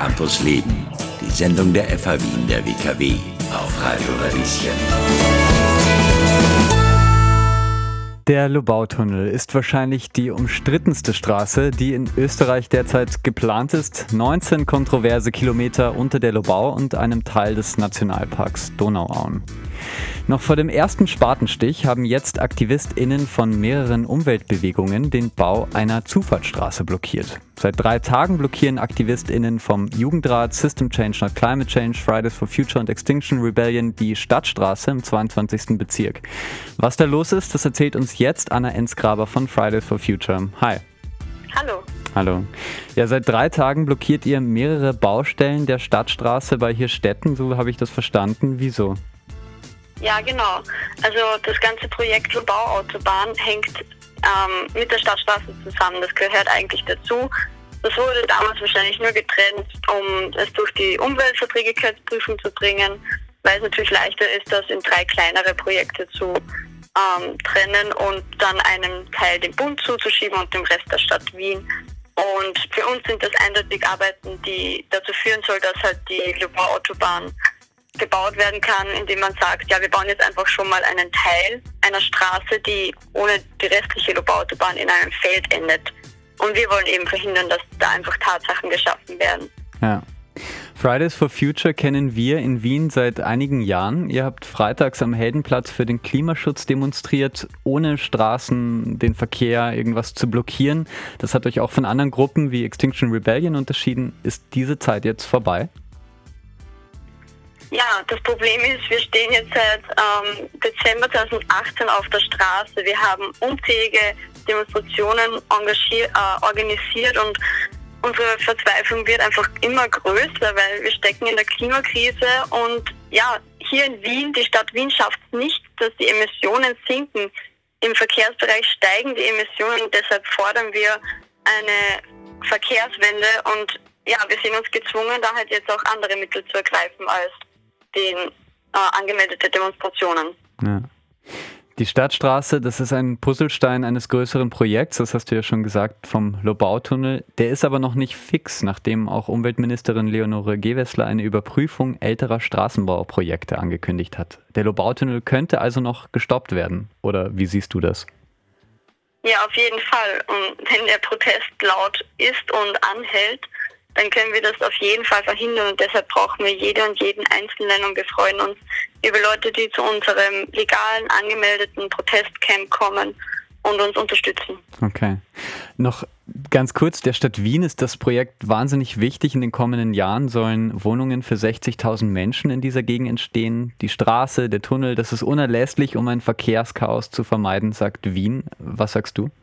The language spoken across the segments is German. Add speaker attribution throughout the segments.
Speaker 1: Campus Leben, die Sendung der FH Wien der WKW auf Radio Radieschen.
Speaker 2: Der Lobautunnel ist wahrscheinlich die umstrittenste Straße, die in Österreich derzeit geplant ist. 19 kontroverse Kilometer unter der Lobau und einem Teil des Nationalparks Donauauen. Noch vor dem ersten Spatenstich haben jetzt AktivistInnen von mehreren Umweltbewegungen den Bau einer Zufahrtsstraße blockiert. Seit 3 Tagen blockieren AktivistInnen vom Jugendrat, System Change Not Climate Change, Fridays for Future und Extinction Rebellion die Stadtstraße im 22. Bezirk. Was da los ist, das erzählt uns jetzt Anna Enzgraber von Fridays for Future. Hi.
Speaker 3: Hallo.
Speaker 2: Hallo. Ja, seit 3 Tagen blockiert ihr mehrere Baustellen der Stadtstraße bei Hirstetten, so habe ich das verstanden. Wieso?
Speaker 3: Ja, genau. Also das ganze Projekt Lobau-Autobahn hängt mit der Stadtstraße zusammen. Das gehört eigentlich dazu. Das wurde damals wahrscheinlich nur getrennt, um es durch die Umweltverträglichkeitsprüfung zu bringen, weil es natürlich leichter ist, das in 3 kleinere Projekte zu trennen und dann einen Teil dem Bund zuzuschieben und dem Rest der Stadt Wien. Und für uns sind das eindeutig Arbeiten, die dazu führen soll, dass halt die Lobau-Autobahn gebaut werden kann, indem man sagt, ja, wir bauen jetzt einfach schon mal einen Teil einer Straße, die ohne die restliche Lobau-Autobahn in einem Feld endet. Und wir wollen eben verhindern, dass da einfach Tatsachen geschaffen werden.
Speaker 2: Ja. Fridays for Future kennen wir in Wien seit einigen Jahren. Ihr habt freitags am Heldenplatz für den Klimaschutz demonstriert, ohne Straßen, den Verkehr, irgendwas zu blockieren. Das hat euch auch von anderen Gruppen wie Extinction Rebellion unterschieden. Ist diese Zeit jetzt vorbei?
Speaker 3: Ja, das Problem ist, wir stehen jetzt seit Dezember 2018 auf der Straße. Wir haben unzählige Demonstrationen organisiert und unsere Verzweiflung wird einfach immer größer, weil wir stecken in der Klimakrise und ja, hier in Wien, die Stadt Wien schafft es nicht, dass die Emissionen sinken. Im Verkehrsbereich steigen die Emissionen und deshalb fordern wir eine Verkehrswende und ja, wir sehen uns gezwungen, da halt jetzt auch andere Mittel zu ergreifen als den angemeldete Demonstrationen.
Speaker 2: Ja. Die Stadtstraße, das ist ein Puzzlestein eines größeren Projekts, das hast du ja schon gesagt, vom Lobautunnel. Der ist aber noch nicht fix, nachdem auch Umweltministerin Leonore Gewessler eine Überprüfung älterer Straßenbauprojekte angekündigt hat. Der Lobautunnel könnte also noch gestoppt werden. Oder wie siehst du das?
Speaker 3: Ja, auf jeden Fall. Und wenn der Protest laut ist und anhält, dann können wir das auf jeden Fall verhindern und deshalb brauchen wir jede und jeden Einzelnen und wir freuen uns über Leute, die zu unserem legalen, angemeldeten Protestcamp kommen und uns unterstützen.
Speaker 2: Okay. Noch ganz kurz, der Stadt Wien ist das Projekt wahnsinnig wichtig. In den kommenden Jahren sollen Wohnungen für 60.000 Menschen in dieser Gegend entstehen. Die Straße, der Tunnel, das ist unerlässlich, um ein Verkehrschaos zu vermeiden, sagt Wien. Was sagst du?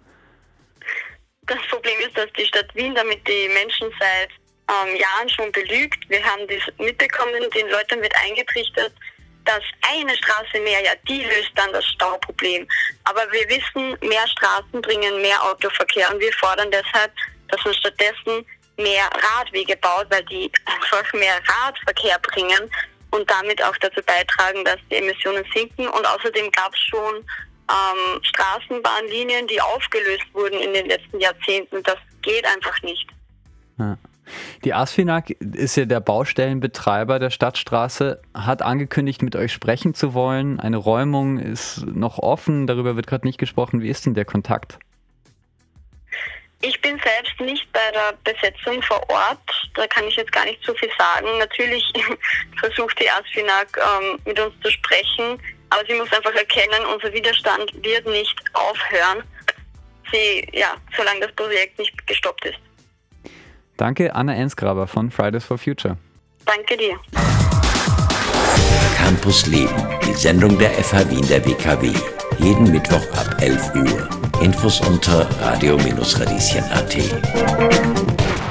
Speaker 3: Das Problem ist, dass die Stadt Wien damit die Menschen seit Jahren schon belügt. Wir haben das mitbekommen, den Leuten wird eingetrichtert, dass eine Straße mehr, ja, die löst dann das Stauproblem. Aber wir wissen, mehr Straßen bringen mehr Autoverkehr und wir fordern deshalb, dass man stattdessen mehr Radwege baut, weil die einfach mehr Radverkehr bringen und damit auch dazu beitragen, dass die Emissionen sinken. Und außerdem gab es schon Straßenbahnlinien, die aufgelöst wurden in den letzten Jahrzehnten. Das geht einfach nicht.
Speaker 2: Ja. Die ASFINAG ist ja der Baustellenbetreiber der Stadtstraße, hat angekündigt, mit euch sprechen zu wollen. Eine Räumung ist noch offen, darüber wird gerade nicht gesprochen. Wie ist denn der Kontakt?
Speaker 3: Ich bin selbst nicht bei der Besetzung vor Ort, da kann ich jetzt gar nicht so viel sagen. Natürlich versucht die ASFINAG mit uns zu sprechen, aber sie muss einfach erkennen, unser Widerstand wird nicht aufhören, solange das Projekt nicht gestoppt ist.
Speaker 2: Danke, Anna Enzgraber von Fridays for Future.
Speaker 3: Danke dir.
Speaker 1: Campus Leben, die Sendung der FH Wien der WKW. Jeden Mittwoch ab 11 Uhr. Infos unter radio-radieschen.at.